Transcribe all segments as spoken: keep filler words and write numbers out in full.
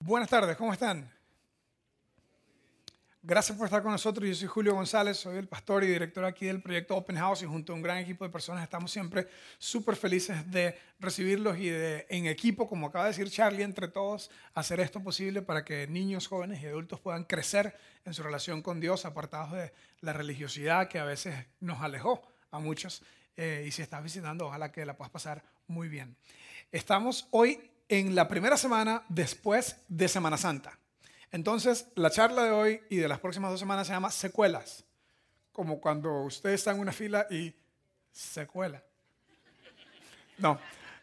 Buenas tardes, ¿cómo están? Gracias por estar con nosotros. Yo soy Julio González, soy el pastor y director aquí del proyecto Open House y junto a un gran equipo de personas estamos siempre súper felices de recibirlos y de, en equipo, como acaba de decir Charlie, entre todos, hacer esto posible para que niños, jóvenes y adultos puedan crecer en su relación con Dios, apartados de la religiosidad que a veces nos alejó a muchos. Eh, y si estás visitando, ojalá que la puedas pasar muy bien. Estamos hoy en la primera semana después de Semana Santa. Entonces, la charla de hoy y de las próximas dos semanas se llama Secuelas. Como cuando usted está en una fila y se cuela. No,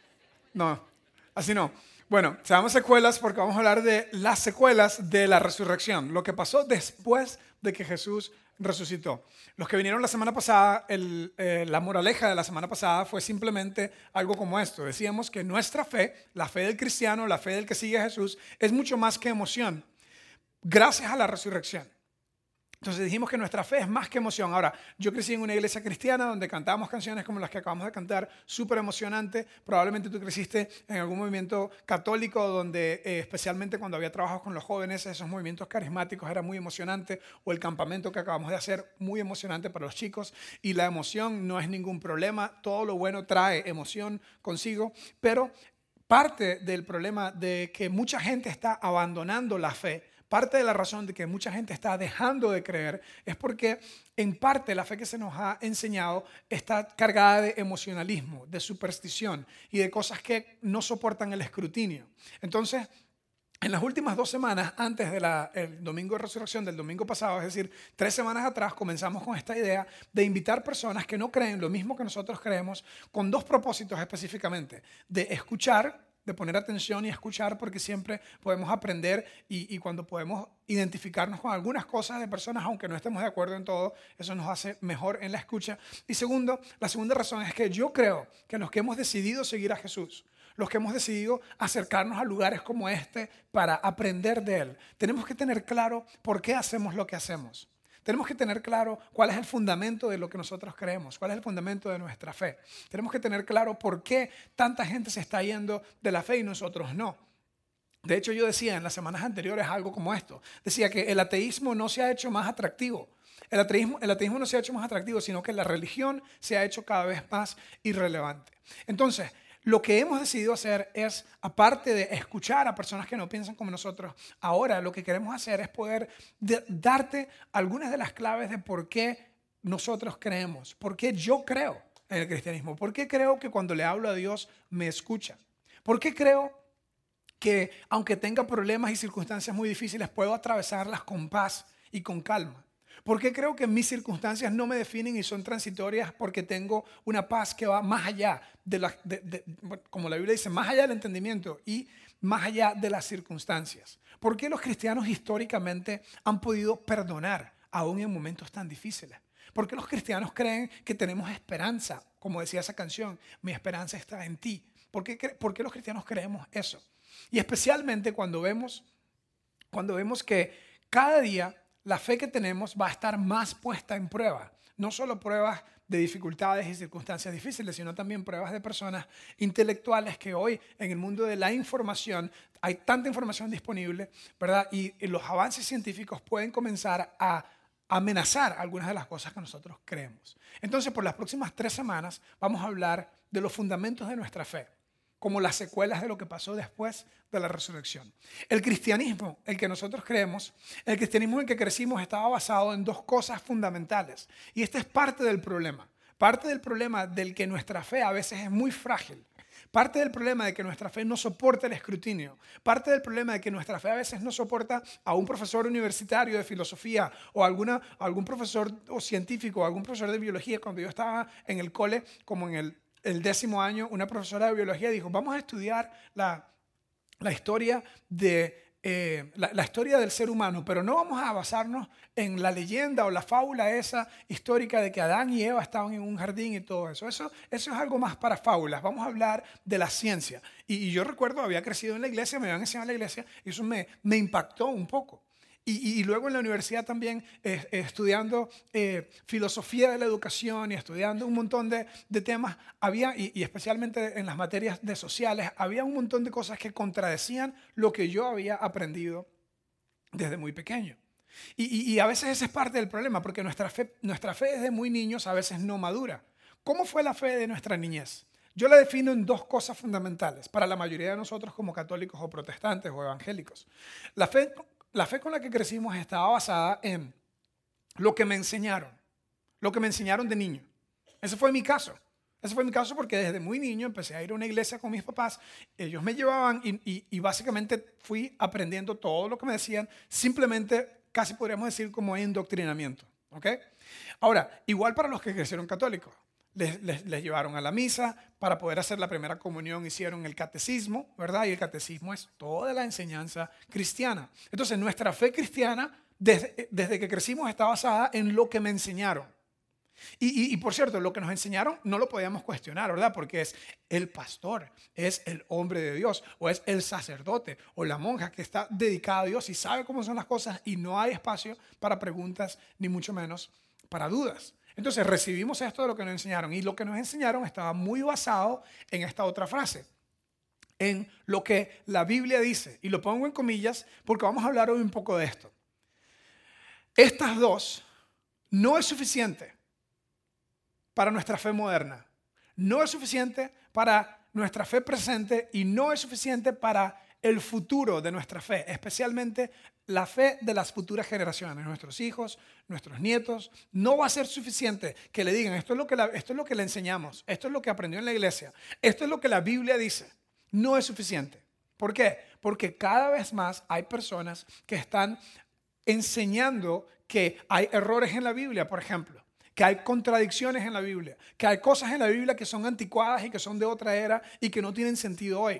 no, así no. Bueno, se llama Secuelas porque vamos a hablar de las secuelas de la resurrección. Lo que pasó después de que Jesús resucitó. Los que vinieron la semana pasada, el, eh, la moraleja de la semana pasada fue simplemente algo como esto. Decíamos que nuestra fe, la fe del cristiano, la fe del que sigue a Jesús, es mucho más que emoción. Gracias a la resurrección. Entonces dijimos que nuestra fe es más que emoción. Ahora, yo crecí en una iglesia cristiana donde cantábamos canciones como las que acabamos de cantar, súper emocionante. Probablemente tú creciste en algún movimiento católico donde, eh, especialmente cuando había trabajos con los jóvenes, esos movimientos carismáticos era muy emocionante, o el campamento que acabamos de hacer, muy emocionante para los chicos. Y la emoción no es ningún problema, todo lo bueno trae emoción consigo, pero parte del problema de que mucha gente está abandonando la fe, parte de la razón de que mucha gente está dejando de creer es porque en parte la fe que se nos ha enseñado está cargada de emocionalismo, de superstición y de cosas que no soportan el escrutinio. Entonces, en las últimas dos semanas, antes del domingo de resurrección del domingo pasado, es decir, tres semanas atrás, comenzamos con esta idea de invitar personas que no creen lo mismo que nosotros creemos, con dos propósitos específicamente: de escuchar, de poner atención y escuchar, porque siempre podemos aprender y, y cuando podemos identificarnos con algunas cosas de personas, aunque no estemos de acuerdo en todo, eso nos hace mejor en la escucha. Y segundo, la segunda razón es que yo creo que los que hemos decidido seguir a Jesús, los que hemos decidido acercarnos a lugares como este para aprender de Él, tenemos que tener claro por qué hacemos lo que hacemos. Tenemos que tener claro cuál es el fundamento de lo que nosotros creemos, cuál es el fundamento de nuestra fe. Tenemos que tener claro por qué tanta gente se está yendo de la fe y nosotros no. De hecho, yo decía en las semanas anteriores algo como esto. Decía que el ateísmo no se ha hecho más atractivo. El ateísmo, el ateísmo no se ha hecho más atractivo, sino que la religión se ha hecho cada vez más irrelevante. Entonces, lo que hemos decidido hacer es, aparte de escuchar a personas que no piensan como nosotros, ahora lo que queremos hacer es poder de, darte algunas de las claves de por qué nosotros creemos, por qué yo creo en el cristianismo, por qué creo que cuando le hablo a Dios me escucha, por qué creo que aunque tenga problemas y circunstancias muy difíciles puedo atravesarlas con paz y con calma. ¿Por qué creo que mis circunstancias no me definen y son transitorias? Porque tengo una paz que va más allá de, la, de, de como la Biblia dice, más allá del entendimiento y más allá de las circunstancias. ¿Por qué los cristianos históricamente han podido perdonar aún en momentos tan difíciles? ¿Por qué los cristianos creen que tenemos esperanza? Como decía esa canción, mi esperanza está en ti. ¿Por qué, por qué los cristianos creemos eso? Y especialmente cuando vemos, cuando vemos que cada día la fe que tenemos va a estar más puesta en prueba. No solo pruebas de dificultades y circunstancias difíciles, sino también pruebas de personas intelectuales que hoy en el mundo de la información hay tanta información disponible, ¿verdad? Y, y los avances científicos pueden comenzar a amenazar algunas de las cosas que nosotros creemos. Entonces, por las próximas tres semanas vamos a hablar de los fundamentos de nuestra fe, como las secuelas de lo que pasó después de la resurrección. El cristianismo, el que nosotros creemos, el cristianismo en el que crecimos estaba basado en dos cosas fundamentales. Y este es parte del problema. Parte del problema del que nuestra fe a veces es muy frágil. Parte del problema de que nuestra fe no soporta el escrutinio. Parte del problema de que nuestra fe a veces no soporta a un profesor universitario de filosofía o alguna, algún profesor o científico o algún profesor de biología. Cuando yo estaba en el cole, como en el el décimo año, una profesora de biología dijo, vamos a estudiar la, la, historia de, eh, la, la historia del ser humano, pero no vamos a basarnos en la leyenda o la fábula esa histórica de que Adán y Eva estaban en un jardín y todo eso. Eso, eso es algo más para fábulas. Vamos a hablar de la ciencia. Y, y yo recuerdo, había crecido en la iglesia, me habían enseñado en la iglesia y eso me, me impactó un poco. Y, y luego en la universidad también eh, eh, estudiando eh, filosofía de la educación y estudiando un montón de, de temas, había, y, y especialmente en las materias de sociales, había un montón de cosas que contradecían lo que yo había aprendido desde muy pequeño. Y, y, y a veces ese es parte del problema, porque nuestra fe, nuestra fe desde muy niños a veces no madura. ¿Cómo fue la fe de nuestra niñez? Yo la defino en dos cosas fundamentales para la mayoría de nosotros como católicos o protestantes o evangélicos. La fe... La fe con la que crecimos estaba basada en lo que me enseñaron, lo que me enseñaron de niño. Ese fue mi caso. Ese fue mi caso porque desde muy niño empecé a ir a una iglesia con mis papás. Ellos me llevaban y, y, y básicamente fui aprendiendo todo lo que me decían, simplemente casi podríamos decir como indoctrinamiento. ¿Okay? Ahora, igual para los que crecieron católicos. Les, les, les llevaron a la misa, para poder hacer la primera comunión hicieron el catecismo, ¿verdad? Y el catecismo es toda la enseñanza cristiana. Entonces nuestra fe cristiana, desde, desde que crecimos, está basada en lo que me enseñaron. Y, y, y por cierto, lo que nos enseñaron no lo podíamos cuestionar, ¿verdad? Porque es el pastor, es el hombre de Dios, o es el sacerdote, o la monja que está dedicada a Dios y sabe cómo son las cosas y no hay espacio para preguntas, ni mucho menos para dudas. Entonces recibimos esto de lo que nos enseñaron y lo que nos enseñaron estaba muy basado en esta otra frase, en lo que la Biblia dice. Y lo pongo en comillas porque vamos a hablar hoy un poco de esto. Estas dos no es suficiente para nuestra fe moderna, no es suficiente para nuestra fe presente y no es suficiente para el futuro de nuestra fe, especialmente la fe de las futuras generaciones, nuestros hijos, nuestros nietos. No va a ser suficiente que le digan, esto es lo que, la, esto es lo que le enseñamos, esto es lo que aprendió en la iglesia, esto es lo que la Biblia dice. No es suficiente. ¿Por qué? Porque cada vez más hay personas que están enseñando que hay errores en la Biblia, por ejemplo, que hay contradicciones en la Biblia, que hay cosas en la Biblia que son anticuadas y que son de otra era y que no tienen sentido hoy.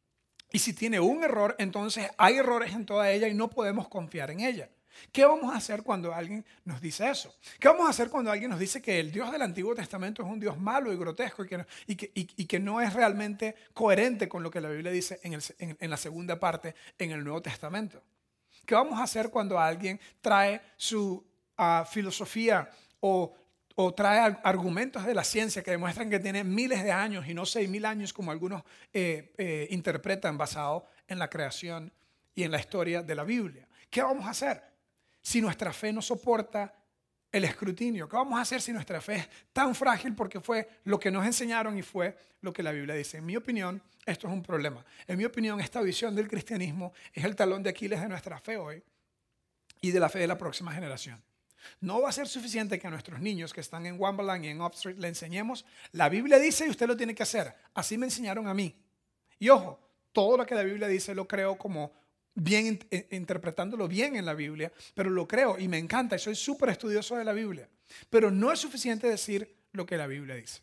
Y si tiene un error, entonces hay errores en toda ella y no podemos confiar en ella. ¿Qué vamos a hacer cuando alguien nos dice eso? ¿Qué vamos a hacer cuando alguien nos dice que el Dios del Antiguo Testamento es un Dios malo y grotesco y que no, y que, y, y que no es realmente coherente con lo que la Biblia dice en, el, en, en la segunda parte en el Nuevo Testamento? ¿Qué vamos a hacer cuando alguien trae su uh, filosofía o o trae argumentos de la ciencia que demuestran que tiene miles de años y no seis mil años como algunos eh, eh, interpretan basado en la creación y en la historia de la Biblia? ¿Qué vamos a hacer si nuestra fe no soporta el escrutinio? ¿Qué vamos a hacer si nuestra fe es tan frágil porque fue lo que nos enseñaron y fue lo que la Biblia dice? En mi opinión, esto es un problema. En mi opinión, esta visión del cristianismo es el talón de Aquiles de nuestra fe hoy y de la fe de la próxima generación. No va a ser suficiente que a nuestros niños que están en Wonderland y en Upstreet le enseñemos, la Biblia dice y usted lo tiene que hacer. Así me enseñaron a mí. Y ojo, todo lo que la Biblia dice lo creo como bien, interpretándolo bien en la Biblia, pero lo creo y me encanta y soy súper estudioso de la Biblia. Pero no es suficiente decir lo que la Biblia dice.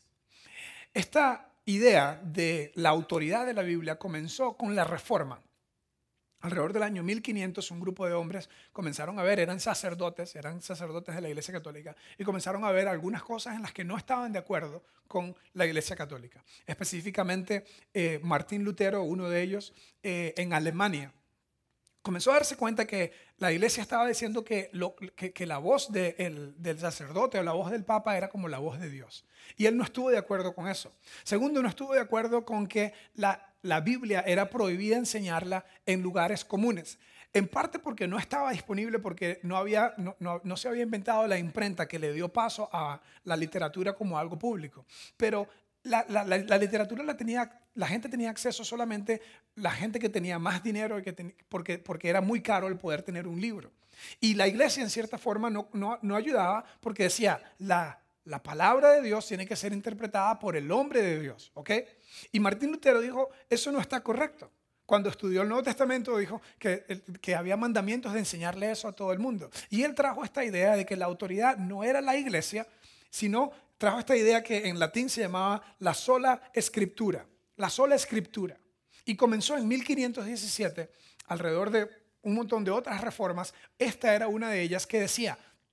Esta idea de la autoridad de la Biblia comenzó con la Reforma. Alrededor del año mil quinientos, un grupo de hombres comenzaron a ver, eran sacerdotes, eran sacerdotes de la Iglesia Católica, y comenzaron a ver algunas cosas en las que no estaban de acuerdo con la Iglesia Católica. Específicamente, eh, Martín Lutero, uno de ellos, eh, en Alemania, comenzó a darse cuenta que la Iglesia estaba diciendo que, lo, que, que la voz de el, del sacerdote o la voz del Papa era como la voz de Dios. Y él no estuvo de acuerdo con eso. Segundo, no estuvo de acuerdo con que la, la Biblia era prohibida enseñarla en lugares comunes. En parte porque no estaba disponible, porque no, había, no, no, no se había inventado la imprenta que le dio paso a la literatura como algo público. Pero La, la, la, la literatura la tenía, la gente tenía acceso solamente la gente que tenía más dinero y que ten, porque, porque era muy caro el poder tener un libro. Y la iglesia en cierta forma no, no, no ayudaba porque decía, la, la palabra de Dios tiene que ser interpretada por el hombre de Dios. ¿Ok? Y Martín Lutero dijo, eso no está correcto. Cuando estudió el Nuevo Testamento dijo que, que había mandamientos de enseñarle eso a todo el mundo. Y él trajo esta idea de que la autoridad no era la iglesia, sino trajo esta idea que en latín se llamaba la sola escritura, la sola escritura. Y comenzó en mil quinientos diecisiete, alrededor de un montón de otras reformas. Esta era una de ellas que decía,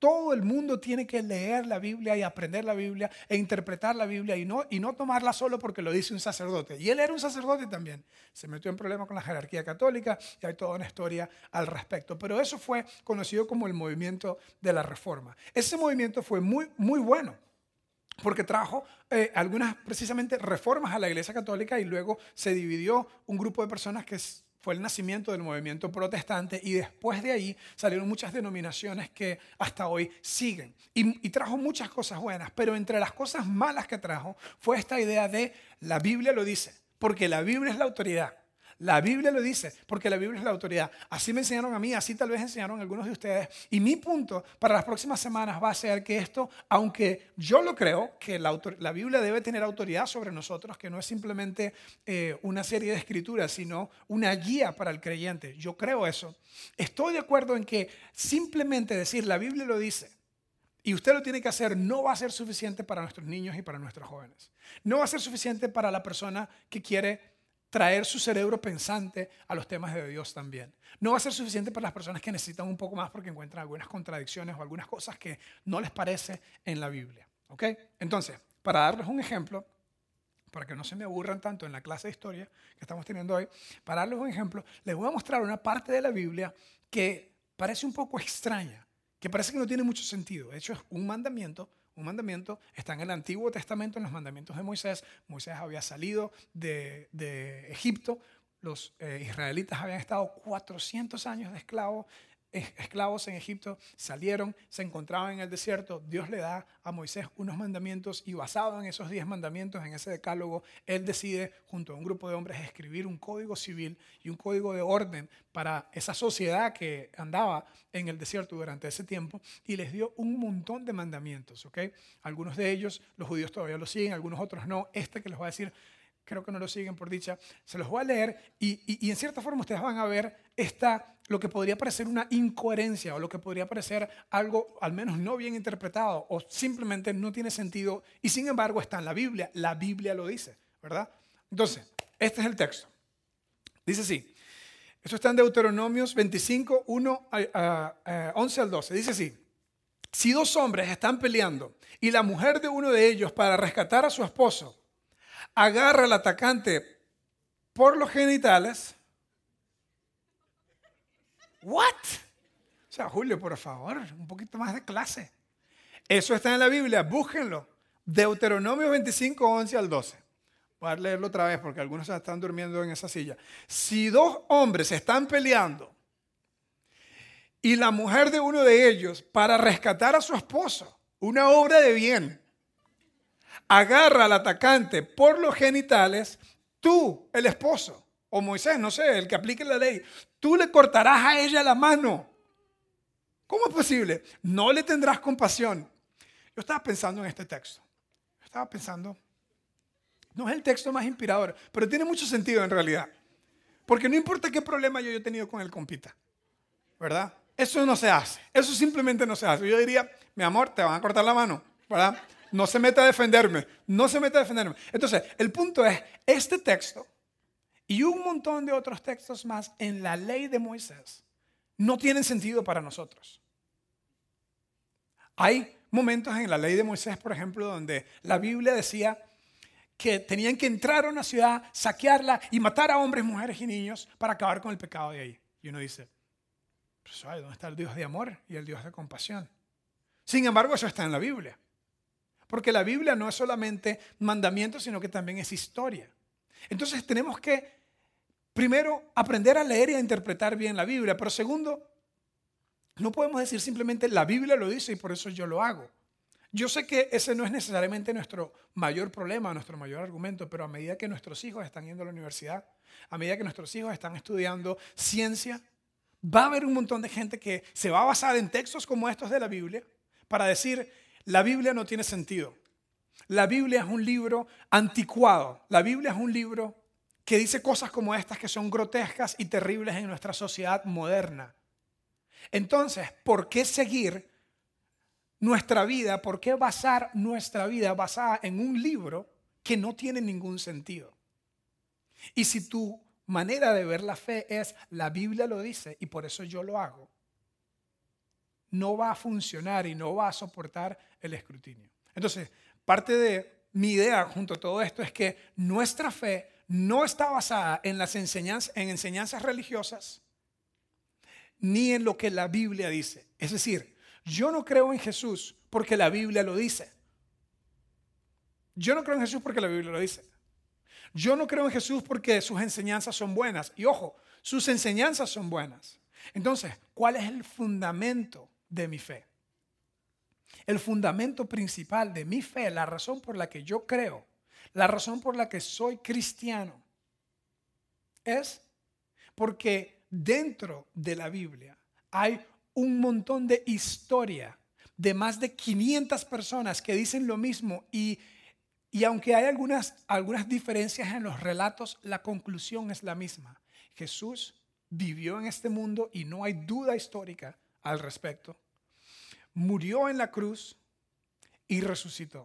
Todo el mundo tiene que leer la Biblia y aprender la Biblia e interpretar la Biblia y no, y no tomarla solo porque lo dice un sacerdote. Y él era un sacerdote también. Se metió en problemas con la jerarquía católica y hay toda una historia al respecto. Pero eso fue conocido como el movimiento de la Reforma. Ese movimiento fue muy, muy bueno porque trajo eh, algunas precisamente reformas a la Iglesia Católica y luego se dividió un grupo de personas que fue el nacimiento del movimiento protestante y después de ahí salieron muchas denominaciones que hasta hoy siguen. Y, y trajo muchas cosas buenas, pero entre las cosas malas que trajo fue esta idea de la Biblia lo dice, porque la Biblia es la autoridad. La Biblia lo dice, porque la Biblia es la autoridad. Así me enseñaron a mí, así tal vez enseñaron a algunos de ustedes. Y mi punto para las próximas semanas va a ser que esto, aunque yo lo creo, que la, la Biblia debe tener autoridad sobre nosotros, que no es simplemente eh, una serie de escrituras, sino una guía para el creyente. Yo creo eso. Estoy de acuerdo en que simplemente decir la Biblia lo dice, y usted lo tiene que hacer, no va a ser suficiente para nuestros niños y para nuestros jóvenes. No va a ser suficiente para la persona que quiere traer su cerebro pensante a los temas de Dios también. No va a ser suficiente para las personas que necesitan un poco más porque encuentran algunas contradicciones o algunas cosas que no les parece en la Biblia. ¿Ok? Entonces, para darles un ejemplo, para que no se me aburran tanto en la clase de historia que estamos teniendo hoy, para darles un ejemplo, les voy a mostrar una parte de la Biblia que parece un poco extraña, que parece que no tiene mucho sentido. De hecho, es un mandamiento. Un mandamiento está en el Antiguo Testamento, en los mandamientos de Moisés. Moisés había salido de, de Egipto. Los eh, israelitas habían estado cuatrocientos años de esclavos, eh, esclavos en Egipto. Salieron, se encontraban en el desierto. Dios le da a Moisés unos mandamientos y basado en esos diez mandamientos, en ese decálogo, él decide junto a un grupo de hombres escribir un código civil y un código de orden para esa sociedad que andaba en el desierto durante ese tiempo y les dio un montón de mandamientos, ¿ok? Algunos de ellos los judíos todavía lo siguen, algunos otros no. Este que les voy a decir, creo que no lo siguen por dicha, se los voy a leer y, y, y en cierta forma ustedes van a ver esta, lo que podría parecer una incoherencia o lo que podría parecer algo al menos no bien interpretado o simplemente no tiene sentido y sin embargo está en la Biblia. La Biblia lo dice, ¿verdad? Entonces, este es el texto. Dice así. Esto está en Deuteronomios veinticinco, uno, once al doce. Dice así. Si dos hombres están peleando y la mujer de uno de ellos para rescatar a su esposo agarra al atacante por los genitales. ¿What? O sea, Julio, por favor, un poquito más de clase. Eso está en la Biblia, búsquenlo. Deuteronomio veinticinco, once al doce. Voy a leerlo otra vez porque algunos se están durmiendo en esa silla. Si dos hombres están peleando y la mujer de uno de ellos, para rescatar a su esposo, una obra de bien, agarra al atacante por los genitales, tú, el esposo, o Moisés, no sé, el que aplique la ley, tú le cortarás a ella la mano. ¿Cómo es posible? No le tendrás compasión. Yo estaba pensando en este texto. Yo estaba pensando, no es el texto más inspirador, pero tiene mucho sentido en realidad. Porque no importa qué problema yo haya tenido con el compita, ¿verdad? Eso no se hace. Eso simplemente no se hace. Yo diría, mi amor, te van a cortar la mano, ¿verdad? No se meta a defenderme. No se meta a defenderme. Entonces, el punto es, este texto y un montón de otros textos más en la ley de Moisés no tienen sentido para nosotros. Hay momentos en la ley de Moisés, por ejemplo, donde la Biblia decía que tenían que entrar a una ciudad, saquearla y matar a hombres, mujeres y niños para acabar con el pecado de ahí. Y uno dice, pues, ¿dónde está el Dios de amor y el Dios de compasión? Sin embargo, eso está en la Biblia. Porque la Biblia no es solamente mandamientos, sino que también es historia. Entonces tenemos que, primero, aprender a leer y a interpretar bien la Biblia. Pero segundo, no podemos decir simplemente la Biblia lo dice y por eso yo lo hago. Yo sé que ese no es necesariamente nuestro mayor problema, nuestro mayor argumento, pero a medida que nuestros hijos están yendo a la universidad, a medida que nuestros hijos están estudiando ciencia, va a haber un montón de gente que se va a basar en textos como estos de la Biblia para decir, la Biblia no tiene sentido. La Biblia es un libro anticuado. La Biblia es un libro que dice cosas como estas que son grotescas y terribles en nuestra sociedad moderna. Entonces, ¿por qué seguir nuestra vida? ¿Por qué basar nuestra vida basada en un libro que no tiene ningún sentido? Y si tu manera de ver la fe es, la Biblia lo dice y por eso yo lo hago, no va a funcionar y no va a soportar el escrutinio. Entonces, parte de mi idea junto a todo esto es que nuestra fe no está basada en las enseñanzas, en enseñanzas religiosas ni en lo que la Biblia dice. Es decir, yo no creo en Jesús porque la Biblia lo dice. Yo no creo en Jesús porque la Biblia lo dice. Yo no creo en Jesús porque sus enseñanzas son buenas. Y ojo, sus enseñanzas son buenas. Entonces, ¿cuál es el fundamento de mi fe? El fundamento principal de mi fe, la razón por la que yo creo, la razón por la que soy cristiano, es porque dentro de la Biblia hay un montón de historia de más de quinientas personas que dicen lo mismo y, y aunque hay algunas, algunas diferencias en los relatos, la conclusión es la misma. Jesús vivió en este mundo y no hay duda histórica al respecto. Murió en la cruz y resucitó.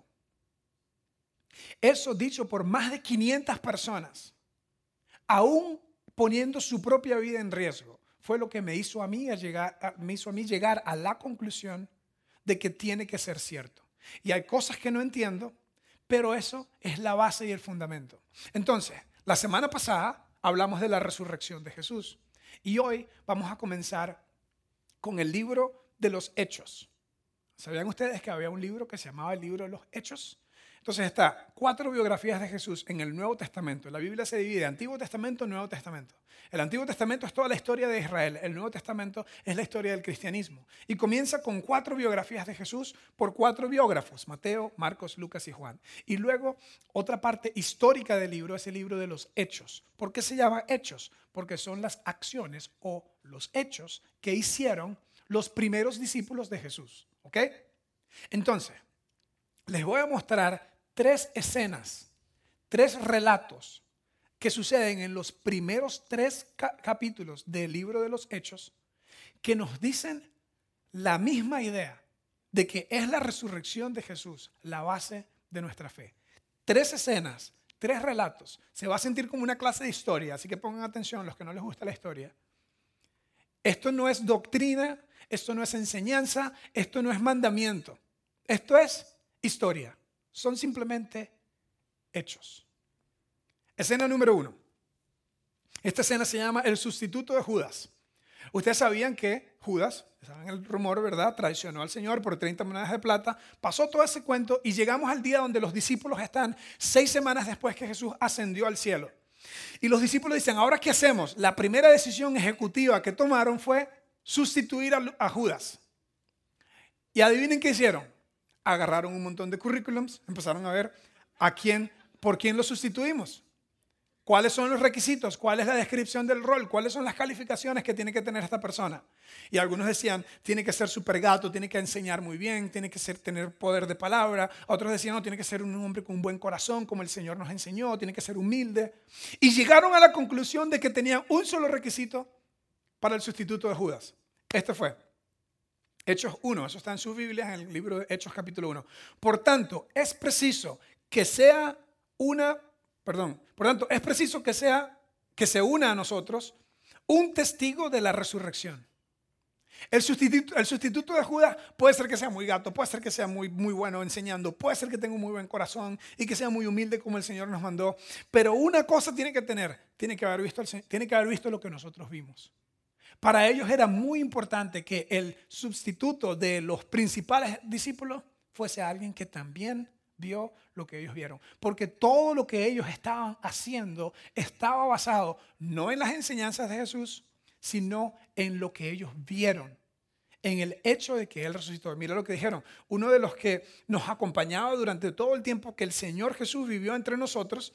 Eso dicho por más de quinientas personas, aún poniendo su propia vida en riesgo, fue lo que me hizo a mí, a llegar, a, me hizo a mí llegar a la conclusión de que tiene que ser cierto. Y hay cosas que no entiendo, pero eso es la base y el fundamento. Entonces, la semana pasada hablamos de la resurrección de Jesús y hoy vamos a comenzar con el libro de los Hechos. ¿Sabían ustedes que había un libro que se llamaba el libro de los Hechos? Entonces está cuatro biografías de Jesús en el Nuevo Testamento. La Biblia se divide en Antiguo Testamento y Nuevo Testamento. El Antiguo Testamento es toda la historia de Israel. El Nuevo Testamento es la historia del cristianismo. Y comienza con cuatro biografías de Jesús por cuatro biógrafos, Mateo, Marcos, Lucas y Juan. Y luego otra parte histórica del libro es el libro de los Hechos. ¿Por qué se llama Hechos? Porque son las acciones o los hechos que hicieron los primeros discípulos de Jesús. ¿Ok? Entonces, les voy a mostrar tres escenas, tres relatos que suceden en los primeros tres ca- capítulos del libro de los Hechos que nos dicen la misma idea de que es la resurrección de Jesús la base de nuestra fe. Tres escenas, tres relatos. Se va a sentir como una clase de historia, así que pongan atención los que no les gusta la historia. Esto no es doctrina, esto no es enseñanza, esto no es mandamiento. Esto es historia. Son simplemente hechos. Escena número uno. Esta escena se llama el sustituto de Judas. Ustedes sabían que Judas, saben el rumor, ¿verdad? Traicionó al Señor por treinta monedas de plata. Pasó todo ese cuento y llegamos al día donde los discípulos están seis semanas después que Jesús ascendió al cielo. Y los discípulos dicen, ¿ahora qué hacemos? La primera decisión ejecutiva que tomaron fue sustituir a, a Judas. Y adivinen qué hicieron. Agarraron un montón de currículums, empezaron a ver a quién, por quién lo sustituimos. ¿Cuáles son los requisitos? ¿Cuál es la descripción del rol? ¿Cuáles son las calificaciones que tiene que tener esta persona? Y algunos decían, tiene que ser súper gato, tiene que enseñar muy bien, tiene que ser, tener poder de palabra. Otros decían, no, tiene que ser un hombre con un buen corazón, como el Señor nos enseñó, tiene que ser humilde. Y llegaron a la conclusión de que tenían un solo requisito para el sustituto de Judas. Este fue Hechos uno, eso está en sus Biblias, en el libro de Hechos capítulo uno. Por tanto, es preciso que sea una, perdón, por tanto, es preciso que sea, que se una a nosotros un testigo de la resurrección. El sustituto, el sustituto de Judas puede ser que sea muy gato, puede ser que sea muy, muy bueno enseñando, puede ser que tenga un muy buen corazón y que sea muy humilde como el Señor nos mandó. Pero una cosa tiene que tener, tiene que haber visto, el, tiene que haber visto lo que nosotros vimos. Para ellos era muy importante que el sustituto de los principales discípulos fuese alguien que también vio lo que ellos vieron. Porque todo lo que ellos estaban haciendo estaba basado no en las enseñanzas de Jesús, sino en lo que ellos vieron, en el hecho de que Él resucitó. Mira lo que dijeron. Uno de los que nos acompañaba durante todo el tiempo que el Señor Jesús vivió entre nosotros,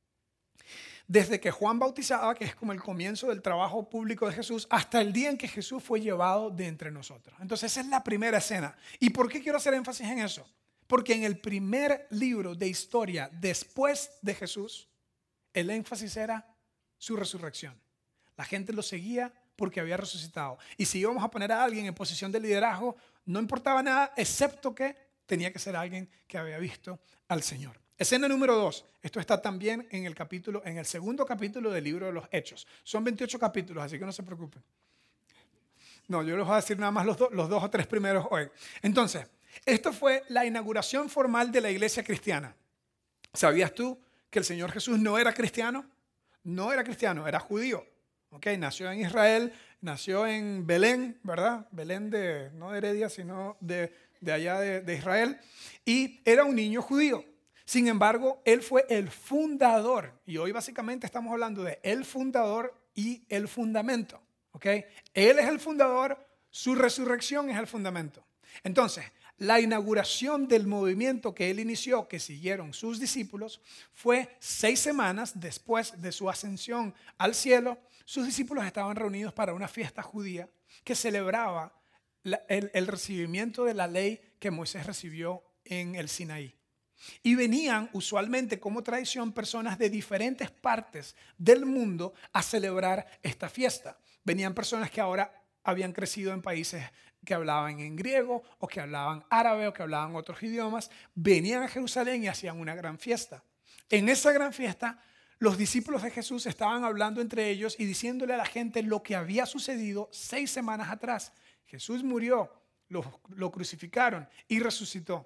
desde que Juan bautizaba, que es como el comienzo del trabajo público de Jesús, hasta el día en que Jesús fue llevado de entre nosotros. Entonces esa es la primera escena. ¿Y por qué quiero hacer énfasis en eso? Porque en el primer libro de historia después de Jesús, el énfasis era su resurrección. La gente lo seguía porque había resucitado. Y si íbamos a poner a alguien en posición de liderazgo, no importaba nada, excepto que tenía que ser alguien que había visto al Señor. Escena número dos. Esto está también en el capítulo, en el segundo capítulo del libro de los Hechos. Son veintiocho capítulos, así que no se preocupen. No, yo les voy a decir nada más los, do, los dos o tres primeros hoy. Entonces, esto fue la inauguración formal de la iglesia cristiana. ¿Sabías tú que el Señor Jesús no era cristiano? No era cristiano, era judío. Okay, nació en Israel, nació en Belén, ¿verdad? Belén de, no de Heredia, sino de, de allá de, de Israel. Y era un niño judío. Sin embargo, él fue el fundador. Y hoy básicamente estamos hablando de el fundador y el fundamento. ¿Okay? Él es el fundador, su resurrección es el fundamento. Entonces, la inauguración del movimiento que él inició, que siguieron sus discípulos, fue seis semanas después de su ascensión al cielo. Sus discípulos estaban reunidos para una fiesta judía que celebraba la, el, el recibimiento de la ley que Moisés recibió en el Sinaí. Y venían usualmente como tradición personas de diferentes partes del mundo a celebrar esta fiesta. Venían personas que ahora habían crecido en países que hablaban en griego o que hablaban árabe o que hablaban otros idiomas. Venían a Jerusalén y hacían una gran fiesta. En esa gran fiesta, los discípulos de Jesús estaban hablando entre ellos y diciéndole a la gente lo que había sucedido seis semanas atrás. Jesús murió, lo, lo crucificaron y resucitó.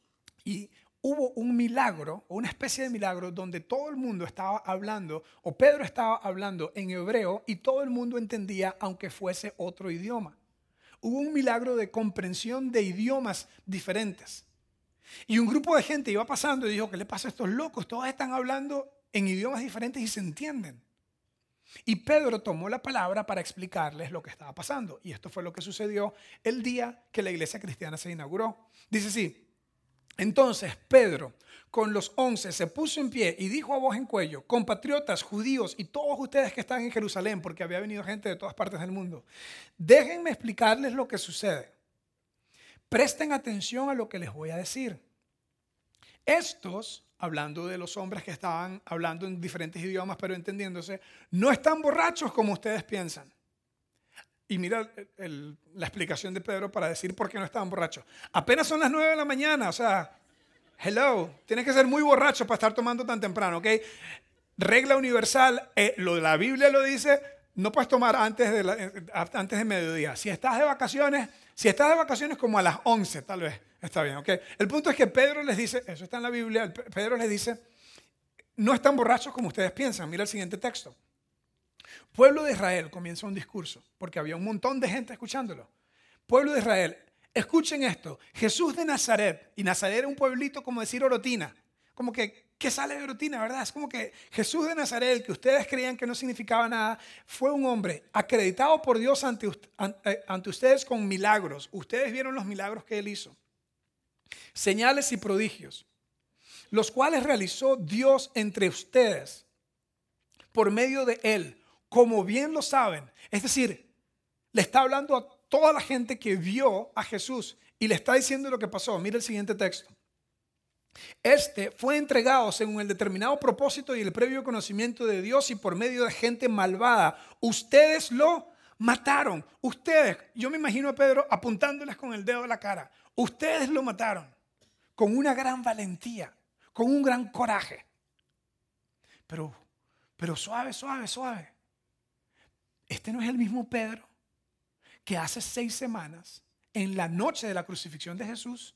Y hubo un milagro, o una especie de milagro, donde todo el mundo estaba hablando, o Pedro estaba hablando en hebreo y todo el mundo entendía, aunque fuese otro idioma. Hubo un milagro de comprensión de idiomas diferentes. Y un grupo de gente iba pasando y dijo, ¿qué le pasa a estos locos? Todos están hablando en idiomas diferentes y se entienden. Y Pedro tomó la palabra para explicarles lo que estaba pasando. Y esto fue lo que sucedió el día que la iglesia cristiana se inauguró. Dice así: entonces Pedro con los once se puso en pie y dijo a voz en cuello: compatriotas, judíos y todos ustedes que están en Jerusalén, porque había venido gente de todas partes del mundo, déjenme explicarles lo que sucede. Presten atención a lo que les voy a decir. Estos, hablando de los hombres que estaban hablando en diferentes idiomas pero entendiéndose, no están borrachos como ustedes piensan. Y mira el, el, la explicación de Pedro para decir por qué no estaban borrachos. Apenas son las nueve de la mañana, o sea, hello, tienes que ser muy borracho para estar tomando tan temprano, ¿ok? Regla universal, eh, lo de la Biblia lo dice, no puedes tomar antes de, la, eh, antes de mediodía. Si estás de vacaciones, si estás de vacaciones como a las once, tal vez, está bien, ¿ok? El punto es que Pedro les dice, eso está en la Biblia, Pedro les dice, no están borrachos como ustedes piensan. Mira el siguiente texto. Pueblo de Israel, comienza un discurso, porque había un montón de gente escuchándolo. Pueblo de Israel, escuchen esto. Jesús de Nazaret, y Nazaret era un pueblito como decir Orotina, como que, ¿qué sale de Orotina, verdad? Es como que Jesús de Nazaret, que ustedes creían que no significaba nada, fue un hombre acreditado por Dios ante, ante, ante ustedes con milagros. Ustedes vieron los milagros que él hizo. Señales y prodigios, los cuales realizó Dios entre ustedes por medio de él, como bien lo saben. Es decir, le está hablando a toda la gente que vio a Jesús y le está diciendo lo que pasó. Mira el siguiente texto. Este fue entregado según el determinado propósito y el previo conocimiento de Dios y por medio de gente malvada. Ustedes lo mataron. Ustedes, yo me imagino a Pedro apuntándoles con el dedo a la cara. Ustedes lo mataron con una gran valentía, con un gran coraje. Pero, pero suave, suave, suave. Este no es el mismo Pedro que hace seis semanas, en la noche de la crucifixión de Jesús,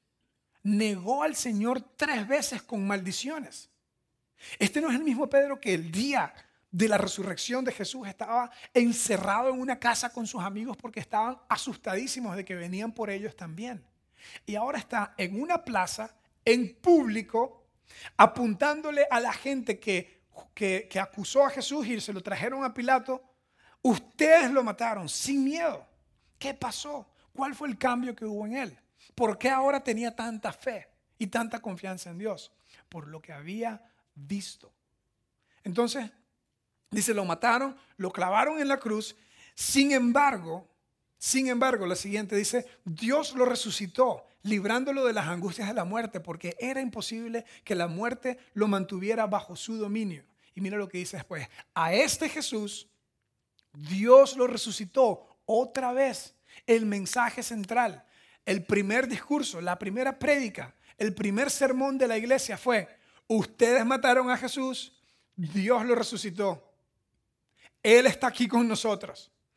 negó al Señor tres veces con maldiciones. Este no es el mismo Pedro que el día de la resurrección de Jesús estaba encerrado en una casa con sus amigos porque estaban asustadísimos de que venían por ellos también. Y ahora está en una plaza, en público, apuntándole a la gente que, que, que acusó a Jesús y se lo trajeron a Pilato. Ustedes lo mataron sin miedo. ¿Qué pasó? ¿Cuál fue el cambio que hubo en él? ¿Por qué ahora tenía tanta fe y tanta confianza en Dios? Por lo que había visto. Entonces, dice, lo mataron, lo clavaron en la cruz. Sin embargo, sin embargo, la siguiente dice, Dios lo resucitó, librándolo de las angustias de la muerte, porque era imposible que la muerte lo mantuviera bajo su dominio. Y mira lo que dice después. A este Jesús, Dios lo resucitó otra vez. El mensaje central, el primer discurso, la primera prédica, el primer sermón de la iglesia fue: ustedes mataron a Jesús, Dios lo resucitó. Él está aquí con nosotros.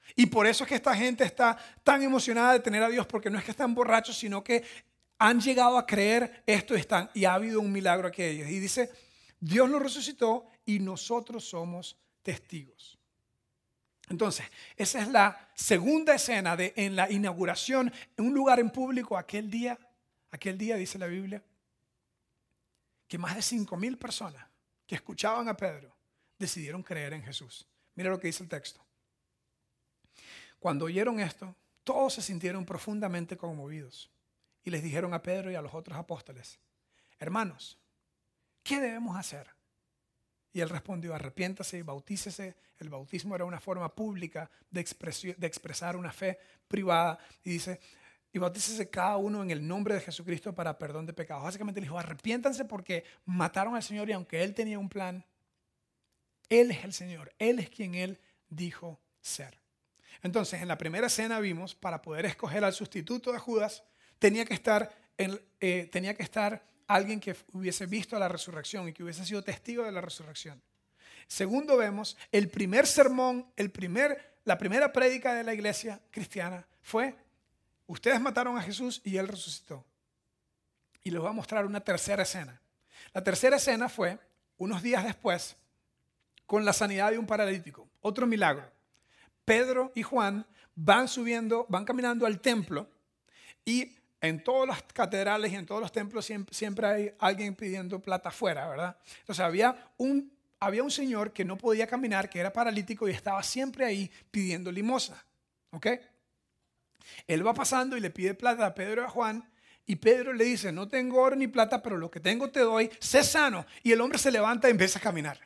Y por eso es que esta gente está tan emocionada de tener a Dios, porque no es que están borrachos, sino que han llegado a creer esto y, están, y ha habido un milagro aquí a ellos. Y dice, Dios los resucitó y nosotros somos testigos. Entonces, esa es la segunda escena de, en la inauguración, en un lugar en público, aquel día, aquel día dice la Biblia, que más de cinco mil personas que escuchaban a Pedro decidieron creer en Jesús. Mira lo que dice el texto. Cuando oyeron esto, todos se sintieron profundamente conmovidos y les dijeron a Pedro y a los otros apóstoles, hermanos, ¿qué debemos hacer? Y él respondió, arrepiéntase y bautícese. El bautismo era una forma pública de, de expresar una fe privada. Y dice, y bautícese cada uno en el nombre de Jesucristo para perdón de pecados. Básicamente le dijo, arrepiéntanse porque mataron al Señor y aunque Él tenía un plan, Él es el Señor. Él es quien Él dijo ser. Entonces, en la primera escena vimos, para poder escoger al sustituto de Judas, tenía que estar, en, eh, tenía que estar alguien que hubiese visto la resurrección y que hubiese sido testigo de la resurrección. Segundo, vemos el primer sermón, el primer, la primera prédica de la iglesia cristiana fue, ustedes mataron a Jesús y Él resucitó. Y les voy a mostrar una tercera escena. La tercera escena fue, unos días después, con la sanidad de un paralítico, otro milagro. Pedro y Juan van subiendo, van caminando al templo y en todas las catedrales y en todos los templos siempre, siempre hay alguien pidiendo plata afuera, ¿verdad? Entonces había un, había un señor que no podía caminar, que era paralítico y estaba siempre ahí pidiendo limosna, ¿ok? Él va pasando y le pide plata a Pedro y a Juan y Pedro le dice, no tengo oro ni plata, pero lo que tengo te doy, sé sano. Y el hombre se levanta y empieza a caminar.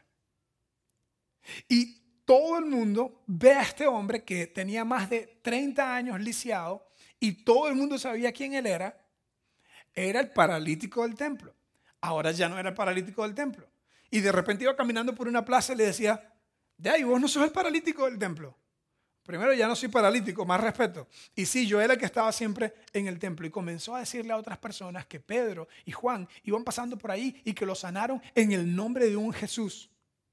Y todo el mundo ve a este hombre que tenía más de treinta años lisiado y todo el mundo sabía quién él era. Era el paralítico del templo. Ahora ya no era el paralítico del templo. Y de repente iba caminando por una plaza y le decía, de ahí, vos no sos el paralítico del templo. Primero, ya no soy paralítico, más respeto. Y sí, yo era el que estaba siempre en el templo. Y comenzó a decirle a otras personas que Pedro y Juan iban pasando por ahí y que lo sanaron en el nombre de un Jesús.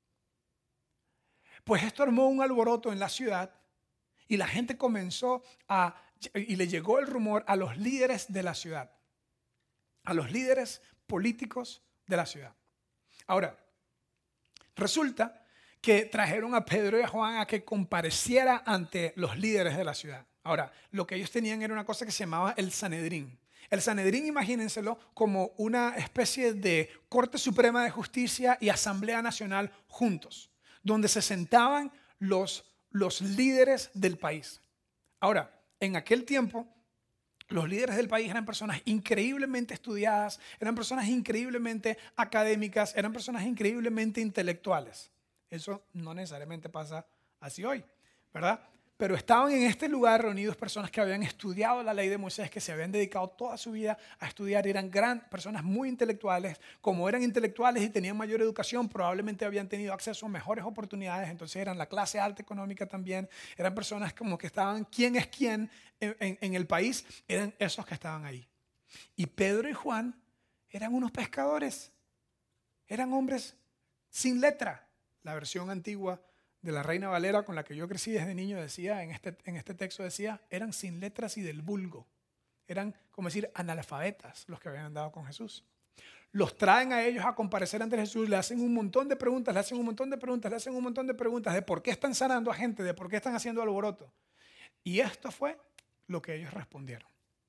Pues esto armó un alboroto en la ciudad y la gente comenzó a, y le llegó el rumor a los líderes de la ciudad, a los líderes políticos de la ciudad. Ahora, resulta que trajeron a Pedro y a Juan a que compareciera ante los líderes de la ciudad. Ahora, lo que ellos tenían era una cosa que se llamaba el Sanedrín. El Sanedrín, imagínenselo como una especie de Corte Suprema de Justicia y Asamblea Nacional juntos, donde se sentaban los, los líderes del país. Ahora, en aquel tiempo, los líderes del país eran personas increíblemente estudiadas, eran personas increíblemente académicas, eran personas increíblemente intelectuales. Eso no necesariamente pasa así hoy, ¿verdad? Pero estaban en este lugar reunidos personas que habían estudiado la ley de Moisés, que se habían dedicado toda su vida a estudiar, eran gran, personas muy intelectuales. Como eran intelectuales y tenían mayor educación, probablemente habían tenido acceso a mejores oportunidades, entonces eran la clase alta económica también, eran personas como que estaban, quién es quién en, en, en el país, eran esos que estaban ahí. Y Pedro y Juan eran unos pescadores, eran hombres sin letra, la versión antigua de la Reina Valera con la que yo crecí desde niño decía, en este, en este texto decía, eran sin letras y del vulgo. Eran, como decir, analfabetas los que habían andado con Jesús. Los traen a ellos a comparecer ante Jesús, le hacen un montón de preguntas, le hacen un montón de preguntas, le hacen un montón de preguntas de por qué están sanando a gente, de por qué están haciendo alboroto. Y esto fue lo que ellos respondieron.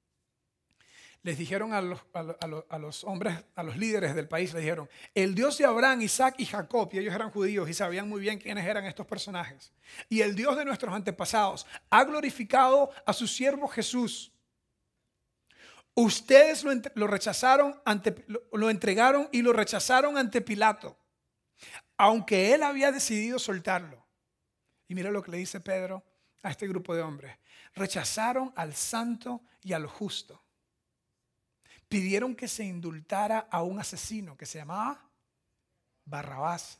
Les dijeron a los, a, los, a los hombres, a los líderes del país, les dijeron, el Dios de Abraham, Isaac y Jacob, y ellos eran judíos y sabían muy bien quiénes eran estos personajes, y el Dios de nuestros antepasados ha glorificado a su siervo Jesús. Ustedes lo, lo rechazaron, ante, lo, lo entregaron y lo rechazaron ante Pilato, aunque él había decidido soltarlo. Y mira lo que le dice Pedro a este grupo de hombres. Rechazaron al santo y al justo. Pidieron que se indultara a un asesino que se llamaba Barrabás.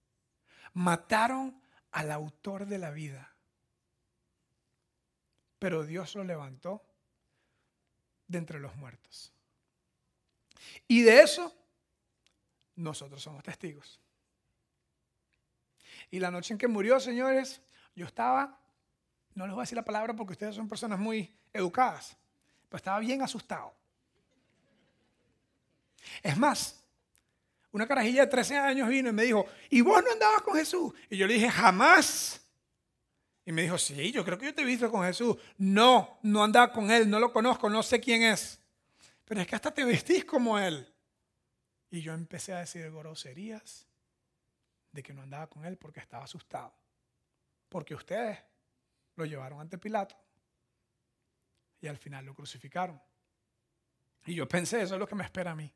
Mataron al autor de la vida. Pero Dios lo levantó de entre los muertos. Y de eso nosotros somos testigos. Y la noche en que murió, señores, yo estaba no les voy a decir la palabra porque ustedes son personas muy educadas, pero estaba bien asustado. Es más, una carajilla de trece años vino y me dijo, ¿y vos no andabas con Jesús? Y yo le dije, jamás. Y me dijo, sí, yo creo que yo te he visto con Jesús. No, no andaba con él, no lo conozco, no sé quién es. Pero es que hasta te vestís como él. Y yo empecé a decir groserías de que no andaba con él porque estaba asustado. Porque ustedes lo llevaron ante Pilato y al final lo crucificaron. Y yo pensé, eso es lo que me espera a mí.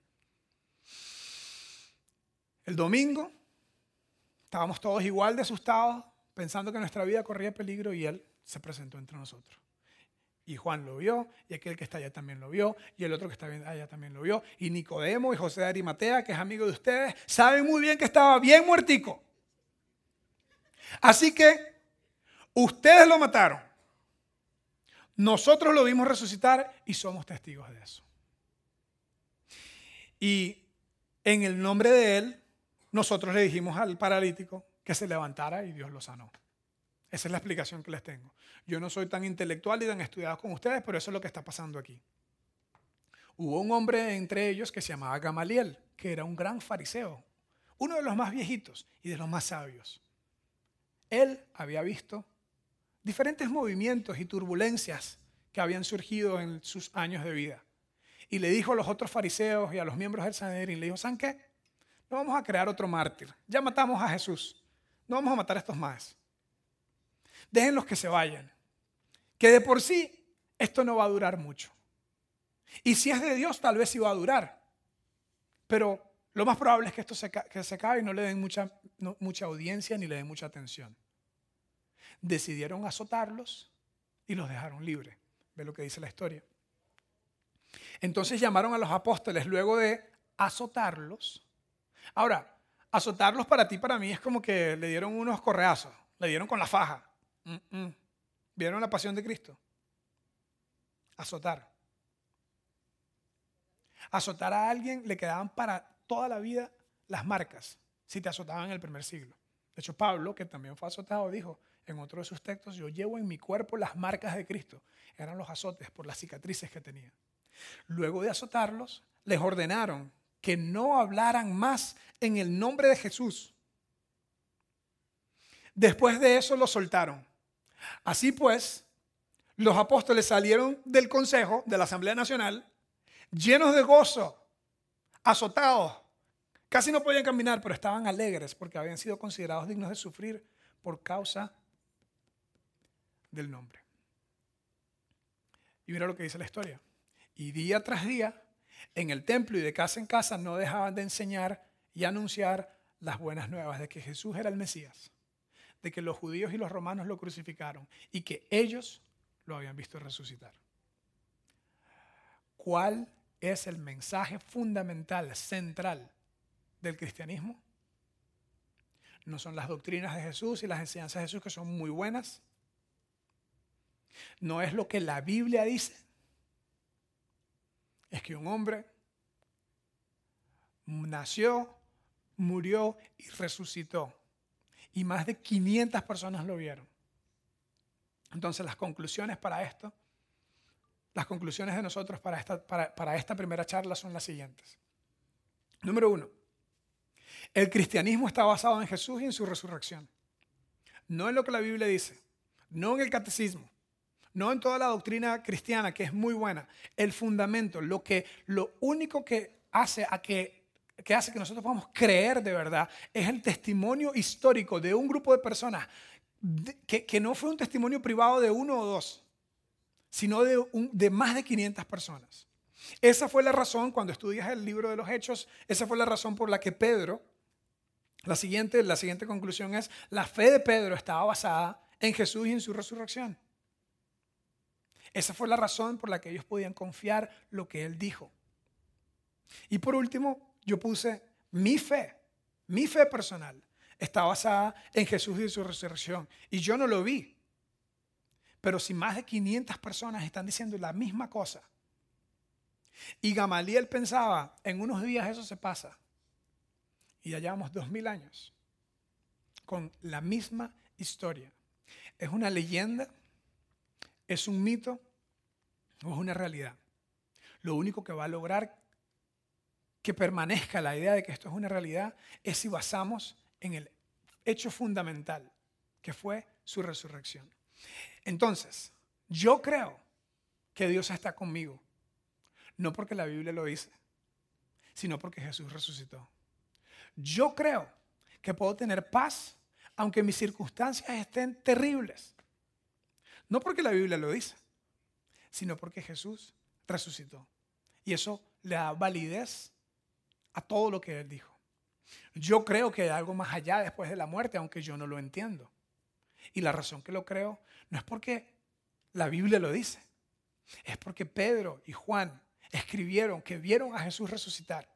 El domingo estábamos todos igual de asustados, pensando que nuestra vida corría peligro, y él se presentó entre nosotros. Y Juan lo vio, y aquel que está allá también lo vio, y el otro que está allá también lo vio, y Nicodemo y José de Arimatea, que es amigo de ustedes, saben muy bien que estaba bien muertico. Así que ustedes lo mataron, nosotros lo vimos resucitar y somos testigos de eso. Y en el nombre de él, nosotros le dijimos al paralítico que se levantara y Dios lo sanó. Esa es la explicación que les tengo. Yo no soy tan intelectual y tan estudiado como ustedes, pero eso es lo que está pasando aquí. Hubo un hombre entre ellos que se llamaba Gamaliel, que era un gran fariseo, uno de los más viejitos y de los más sabios. Él había visto diferentes movimientos y turbulencias que habían surgido en sus años de vida. Y le dijo a los otros fariseos y a los miembros del Sanedrín, le dijo, ¿saben qué? No vamos a crear otro mártir. Ya matamos a Jesús. No vamos a matar a estos más. Déjenlos que se vayan. Que de por sí esto no va a durar mucho. Y si es de Dios, tal vez sí va a durar. Pero lo más probable es que esto se, que se acabe y no le den mucha, no, mucha audiencia ni le den mucha atención. Decidieron azotarlos y los dejaron libres. Ve lo que dice la historia. Entonces llamaron a los apóstoles luego de azotarlos. Ahora, azotarlos para ti, para mí, es como que le dieron unos correazos, le dieron con la faja. Mm-mm. ¿Vieron la pasión de Cristo? Azotar. Azotar a alguien le quedaban para toda la vida las marcas, si te azotaban en el primer siglo. De hecho, Pablo, que también fue azotado, dijo en otro de sus textos, yo llevo en mi cuerpo las marcas de Cristo. Eran los azotes por las cicatrices que tenía. Luego de azotarlos, les ordenaron que no hablaran más en el nombre de Jesús. Después de eso los soltaron. Así pues, los apóstoles salieron del consejo de la Asamblea Nacional llenos de gozo, azotados. Casi no podían caminar, pero estaban alegres porque habían sido considerados dignos de sufrir por causa del nombre. Y mira lo que dice la historia. Y día tras día, en el templo y de casa en casa, no dejaban de enseñar y anunciar las buenas nuevas de que Jesús era el Mesías, de que los judíos y los romanos lo crucificaron y que ellos lo habían visto resucitar. ¿Cuál es el mensaje fundamental, central del cristianismo? No son las doctrinas de Jesús y las enseñanzas de Jesús, que son muy buenas. No es lo que la Biblia dice. Es que un hombre nació, murió y resucitó. Y más de quinientas personas lo vieron. Entonces las conclusiones para esto, las conclusiones de nosotros para esta, para, para esta primera charla son las siguientes. Número uno, el cristianismo está basado en Jesús y en su resurrección. No en lo que la Biblia dice, no en el catecismo, no en toda la doctrina cristiana, que es muy buena. El fundamento, lo, que, lo único que hace, a que, que hace que nosotros podamos creer de verdad es el testimonio histórico de un grupo de personas de, que, que no fue un testimonio privado de uno o dos, sino de, un, de más de quinientas personas. Esa fue la razón, cuando estudias el libro de los Hechos, esa fue la razón por la que Pedro, la siguiente, la siguiente conclusión es, la fe de Pedro estaba basada en Jesús y en su resurrección. Esa fue la razón por la que ellos podían confiar lo que él dijo. Y por último, yo puse mi fe, mi fe personal, está basada en Jesús y su resurrección. Y yo no lo vi. Pero si más de quinientas personas están diciendo la misma cosa, y Gamaliel pensaba, en unos días eso se pasa, y ya llevamos dos mil años con la misma historia. Es una leyenda ¿Es un mito o es una realidad? Lo único que va a lograr que permanezca la idea de que esto es una realidad es si basamos en el hecho fundamental, que fue su resurrección. Entonces, yo creo que Dios está conmigo, no porque la Biblia lo dice, sino porque Jesús resucitó. Yo creo que puedo tener paz aunque mis circunstancias estén terribles, no porque la Biblia lo dice, sino porque Jesús resucitó. Y eso le da validez a todo lo que Él dijo. Yo creo que hay algo más allá después de la muerte, aunque yo no lo entiendo. Y la razón que lo creo no es porque la Biblia lo dice, es porque Pedro y Juan escribieron que vieron a Jesús resucitar.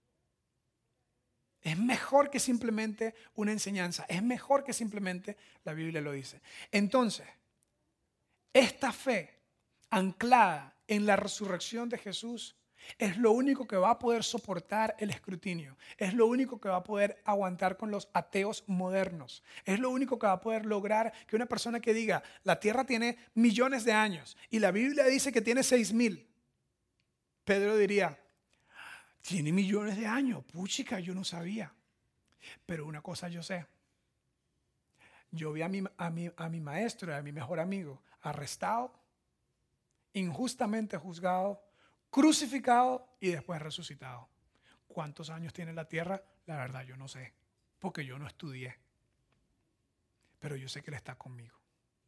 Es mejor que simplemente una enseñanza, es mejor que simplemente la Biblia lo dice. Entonces, esta fe anclada en la resurrección de Jesús es lo único que va a poder soportar el escrutinio. Es lo único que va a poder aguantar con los ateos modernos. Es lo único que va a poder lograr que una persona que diga, la tierra tiene millones de años y la Biblia dice que tiene seis mil. Pedro diría, tiene millones de años. Puchica, yo no sabía. Pero una cosa yo sé. Yo vi a mi, a mi, a mi maestro, a mi mejor amigo, arrestado, injustamente juzgado, crucificado y después resucitado. ¿Cuántos años tiene la tierra? La verdad yo no sé, porque yo no estudié. Pero yo sé que Él está conmigo.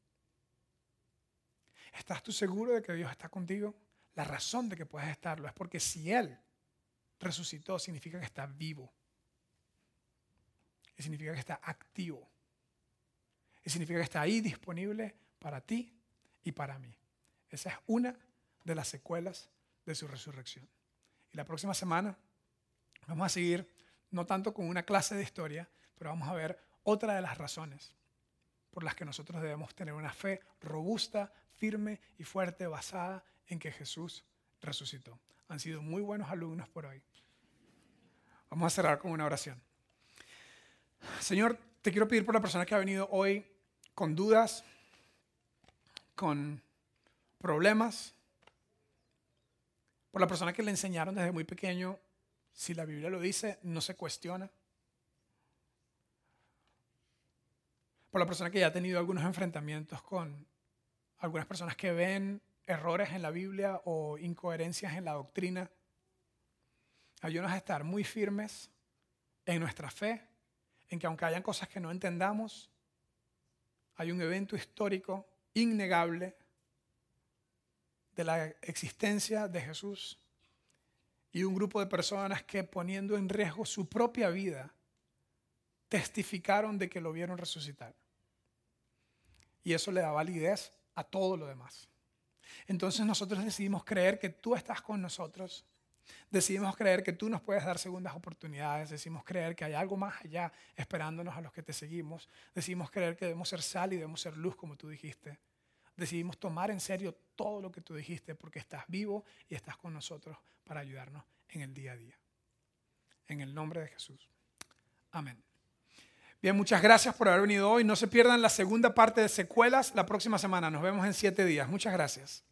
¿Estás tú seguro de que Dios está contigo? La razón de que puedes estarlo es porque si Él resucitó, significa que está vivo. Y significa que está activo. Y significa que está ahí disponible para ti y para mí. Esa es una de las secuelas de su resurrección. Y la próxima semana vamos a seguir, no tanto con una clase de historia, pero vamos a ver otra de las razones por las que nosotros debemos tener una fe robusta, firme y fuerte, basada en que Jesús resucitó. Han sido muy buenos alumnos por hoy. Vamos a cerrar con una oración. Señor, te quiero pedir por la persona que ha venido hoy con dudas, con problemas, por la persona que le enseñaron desde muy pequeño, si la Biblia lo dice, no se cuestiona. Por la persona que ya ha tenido algunos enfrentamientos con algunas personas que ven errores en la Biblia o incoherencias en la doctrina. Ayúdanos a estar muy firmes en nuestra fe, en que aunque hayan cosas que no entendamos, hay un evento histórico innegable de la existencia de Jesús y un grupo de personas que, poniendo en riesgo su propia vida, testificaron de que lo vieron resucitar. Y eso le da validez a todo lo demás. Entonces nosotros decidimos creer que tú estás con nosotros. Decidimos creer que tú nos puedes dar segundas oportunidades. Decidimos creer que hay algo más allá esperándonos a los que te seguimos. Decidimos creer que debemos ser sal y debemos ser luz, como tú dijiste. Decidimos tomar en serio todo lo que tú dijiste porque estás vivo y estás con nosotros para ayudarnos en el día a día. En el nombre de Jesús. Amén. Bien, muchas gracias por haber venido hoy. No se pierdan la segunda parte de Secuelas la próxima semana. Nos vemos en siete días. Muchas gracias.